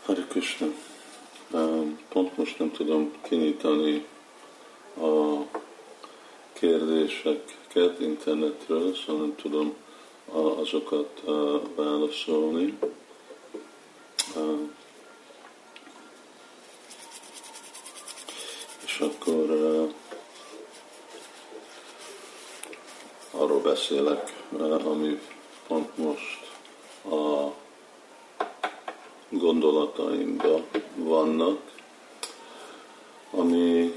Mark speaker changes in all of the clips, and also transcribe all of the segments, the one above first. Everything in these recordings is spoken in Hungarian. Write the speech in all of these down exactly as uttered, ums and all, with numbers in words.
Speaker 1: Hare Krishna. Pont most nem tudom kinyitani a kérdéseket internetről, szóval nem tudom azokat válaszolni. És akkor arról beszélek, ami pont most a gondolataimban vannak, ami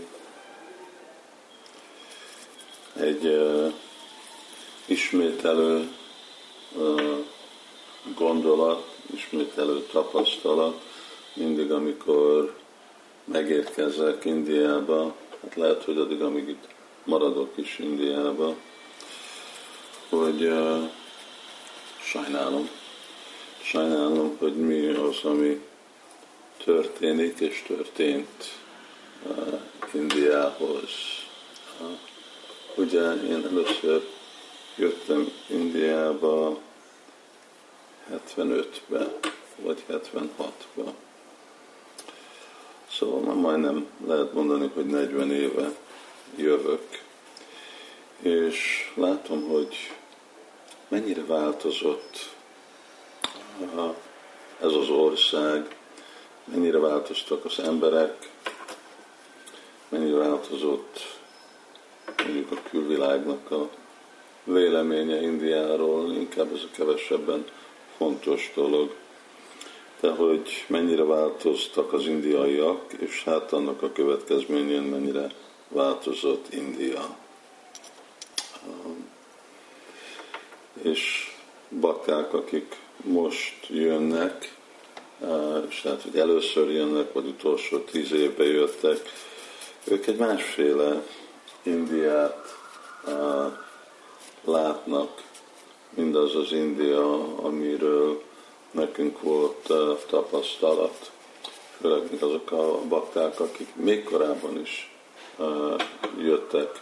Speaker 1: egy uh, ismételő uh, gondolat, ismételő tapasztalat, mindig amikor megérkezek Indiába, hát lehet, hogy addig, amíg itt maradok is Indiába, hogy uh, sajnálom, sajnálom, hogy mi az, ami történik és történt uh, Indiához. Uh, ugye én először jöttem Indiába hetvenötbe, vagy hetvenhatba. Szóval már majdnem lehet mondani, hogy negyven éve jövök. És látom, hogy mennyire változott ez az ország, mennyire változtak az emberek, mennyire változott mondjuk a külvilágnak a véleménye Indiáról, inkább ez a kevesebben fontos dolog, de hogy mennyire változtak az indiaiak, és hát annak a következményén mennyire változott India. És bakták, akik most jönnek, és hát, hogy először jönnek, vagy utolsó tíz évben jöttek, ők egy másféle Indiát látnak, mindaz az India, amiről nekünk volt tapasztalat. Főleg azok a bakták, akik még korábban is jöttek,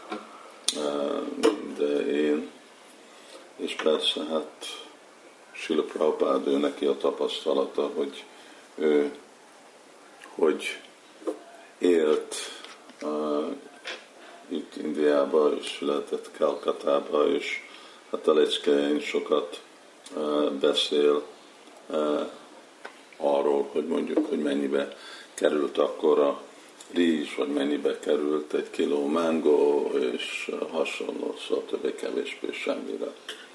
Speaker 1: de én. És persze, hát Srila Prabhupád, ő neki a tapasztalata, hogy ő hogy élt uh, itt Indiába, és született Kalkatába, és hát a leckein sokat uh, beszél uh, arról, hogy mondjuk, hogy mennyibe került akkor a rizs, vagy mennyibe került egy kiló mángó, és uh, hasonló, szóval többé-kevésbé semmire.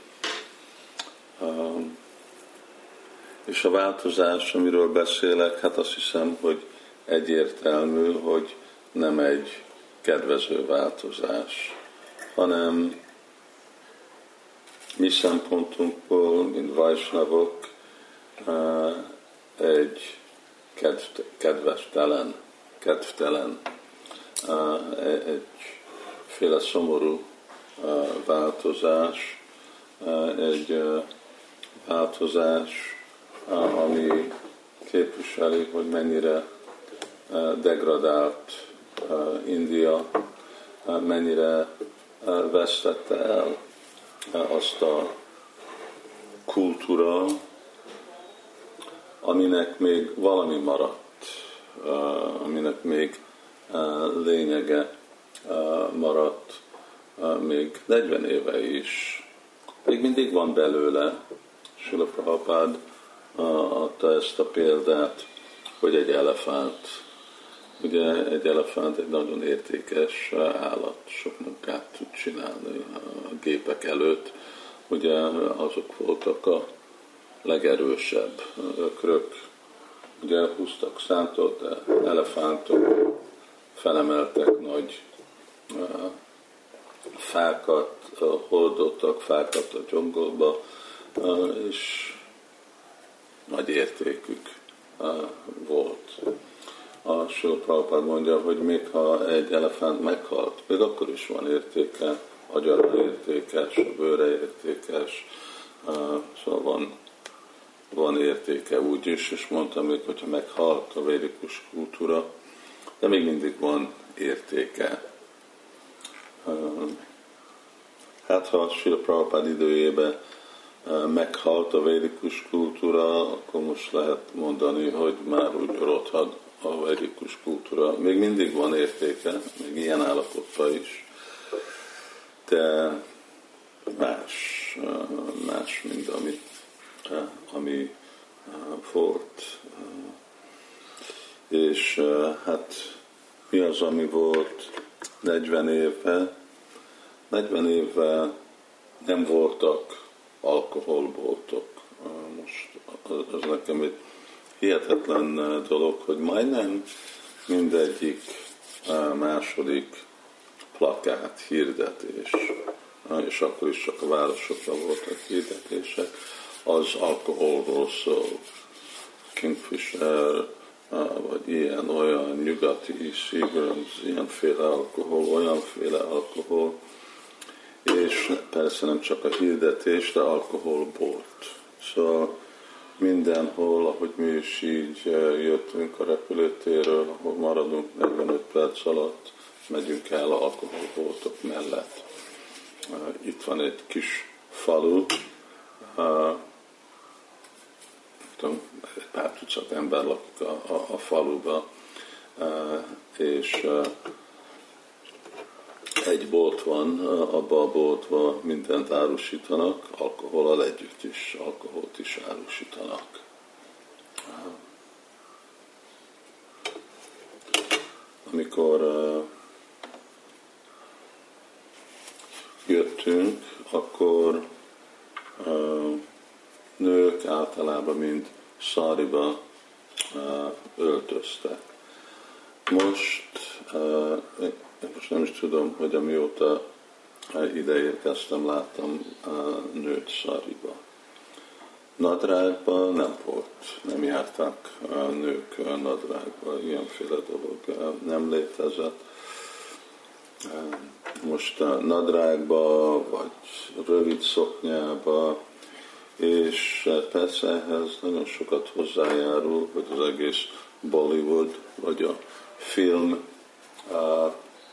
Speaker 1: Um, és a változás, amiről beszélek, hát azt hiszem, hogy egyértelmű, hogy nem egy kedvező változás, hanem mi szempontunkból, mint Vaisnavok, egy kedvestelen, kedvtelen, egyféle szomorú változás, egy változás, ami képviseli, hogy mennyire degradált India, mennyire vesztette el azt a kultúra, aminek még valami maradt, aminek még lényege maradt, még negyven éve is. Még mindig van belőle. Srila Prabhupád adta ezt a példát, hogy egy elefánt. Ugye egy elefánt egy nagyon értékes állat, sok munkát tud csinálni a gépek előtt. Ugye azok voltak a legerősebb ökrök. Ugye húztak szántot, de elefántok felemeltek nagy fákat, hordottak fákat a dzsungolba, és nagy értékük volt. A Srila Prabhupád mondja, hogy még ha egy elefánt meghalt, még akkor is van értéke, agyara értékes, a bőre értékes, szóval van, van értéke úgy is, és mondtam még, hogyha meghalt a védikus kultúra, de még mindig van értéke. Hát ha Srila Prabhupád időjében meghalt a védikus kultúra, akkor most lehet mondani, hogy már úgy rothad a védikus kultúra. Még mindig van értéke, még ilyen állapotban is, de más, más, mint ami, ami volt. És hát mi az, ami volt negyven éve? negyven éve nem voltak alkoholboltok. Most az nekem egy hihetetlen dolog, hogy majdnem mindegyik második plakát, hirdetés, és akkor is csak a városokra voltak hirdetések, az alkoholról szól. Kingfisher, vagy ilyen, olyan, nyugati, Seagrams, ilyenféle alkohol, olyanféle alkohol, és persze nem csak a hirdetés, de alkoholbolt. Szóval mindenhol, ahogy mi is így jöttünk a repülőtérről, ahol maradunk negyvenöt perc alatt, megyünk el a alkoholboltok mellett. Itt van egy kis falu, tudom, egy pár tucat ember lakik a, a, a faluba, és egy bolt van, abban a boltban mindent árusítanak, alkohollal együtt is, alkoholt is árusítanak. Amikor jöttünk, akkor nők általában mind száriba öltöztek. Most, most nem is tudom, hogy amióta ide érkeztem, láttam nőt száriba. Nadrágban nem volt, nem jártak nők nadrágban, ilyenféle dolog nem létezett. Most nadrágba, vagy rövid szoknyába, és persze ehhez nagyon sokat hozzájárul, hogy az egész Bollywood, vagy a film uh,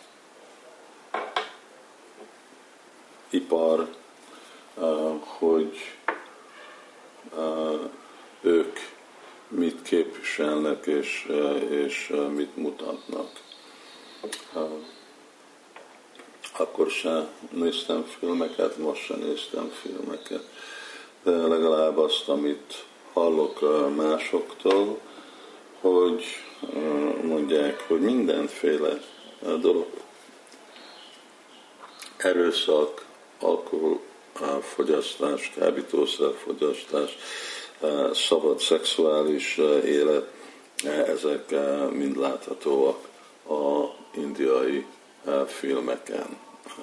Speaker 1: ipar, uh, hogy uh, ők mit képviselnek, és, uh, és uh, mit mutatnak. Uh, akkor se néztem filmeket, most se néztem filmeket, de legalább azt, amit hallok másoktól, hogy mondják, hogy mindenféle dolog, erőszak, alkoholfogyasztás, kábítószerfogyasztás, szabad szexuális élet, ezek mind láthatóak a indiai filmeken.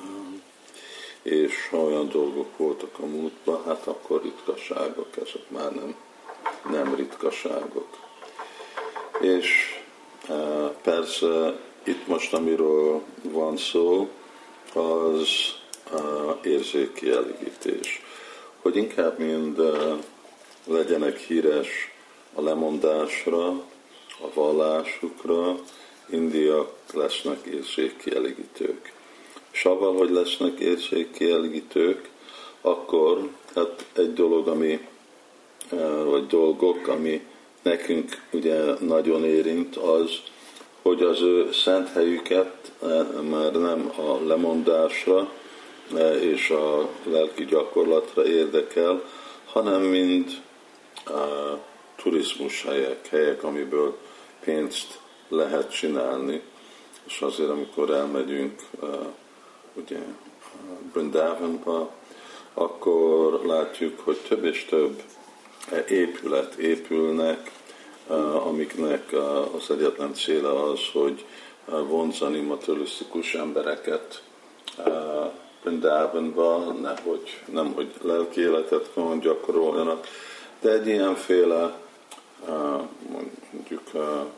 Speaker 1: És olyan dolgok voltak a múltban, hát akkor ritkaságok, ezek már nem, nem ritkaságok. És persze itt most, amiről van szó, az érzékkielégítés. Hogy inkább mind legyenek híres a lemondásra, a vallásukra, indiak lesznek érzékkielégítők. És avval, hogy lesznek érzékkielégítők, akkor hát egy dolog, ami, vagy dolgok, ami nekünk ugye nagyon érint, az, hogy az ő szent helyüket már nem a lemondásra és a lelki gyakorlatra érdekel, hanem mind a turizmus helyek, helyek, amiből pénzt lehet csinálni. És azért, amikor elmegyünk ugye Brindavanba, akkor látjuk, hogy több és több épület épülnek, amiknek az egyetlen célja az, hogy vonzani materialisztikus embereket Brindavanba, nehogy, nem hogy lelki életet gyakoroljanak, de egy ilyenféle mondjuk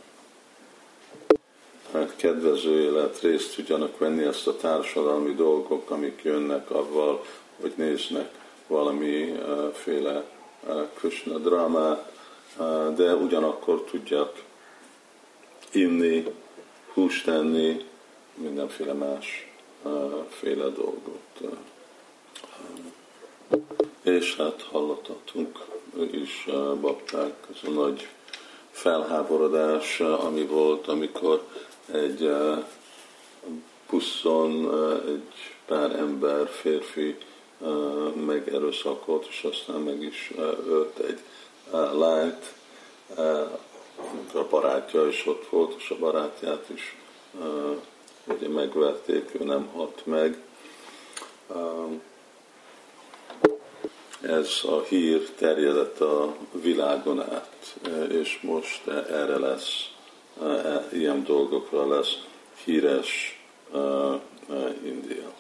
Speaker 1: kedvező élet, részt tudjanak venni ezt a társadalmi dolgok, amik jönnek avval, hogy néznek valamiféle Krishna drámát, de ugyanakkor tudják inni, húst tenni, mindenféle más féle dolgot. És hát hallottunk is bakták, az a nagy felháborodás, ami volt, amikor egy buszon egy pár ember, férfi megerőszakolt, és aztán meg is ölt egy lányt, amikor a barátja is ott volt, és a barátját is ugye megverték, ő nem halt meg. Ez a hír terjedett a világon át, és most erre lesz, ilyen dolgokra lesz híres India.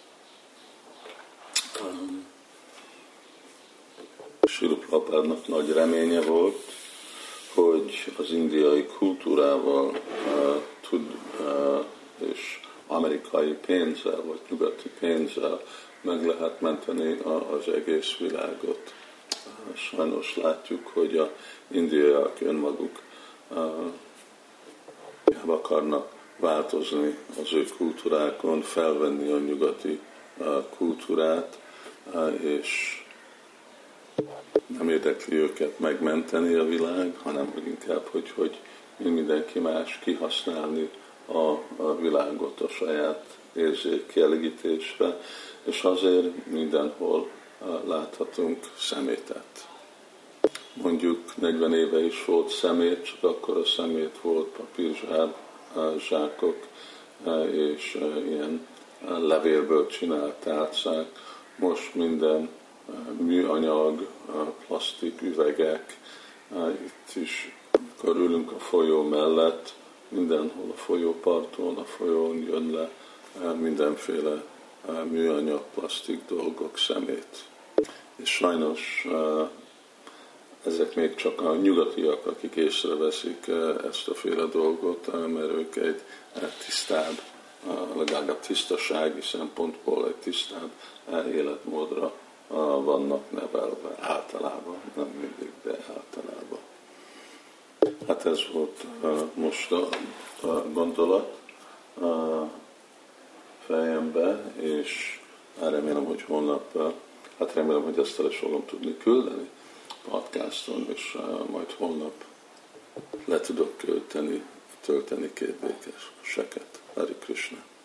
Speaker 1: Srila Prabhupádnak nagy reménye volt, hogy az indiai kultúrával uh, tud, uh, és amerikai pénzzel, vagy nyugati pénzzel meg lehet menteni a, az egész világot. Uh, sajnos látjuk, hogy az indiaiak önmaguk uh, akarnak változni az ő kultúrákon, felvenni a nyugati uh, kultúrát, uh, és nem érdekli őket megmenteni a világ, hanem inkább, hogy, hogy mindenki más kihasználni a, a világot a saját érzék kielégítésre, és azért mindenhol láthatunk szemétet. Mondjuk negyven éve is volt szemét, csak akkor a szemét volt papírzsáb, zsákok, és ilyen levélből csinált tálcák. Most minden műanyag, plastik üvegek, itt is, amikor ülünk a folyó mellett, mindenhol a folyóparton, a folyón jön le mindenféle műanyag, plastik dolgok, szemét. És sajnos ezek még csak a nyugatiak, akik észreveszik ezt a féle dolgot, mert ők egy tisztább, legalább tisztasági szempontból egy tisztább életmódra vannak nevelve, általában, nem mindig, de általában. Hát ez volt most a, a gondolat a fejembe, és remélem, hogy holnap, hát remélem, hogy ezt el is fogom tudni küldeni podcaston, és majd holnap le tudok tölteni, tölteni két békéseket. Hare Krishna.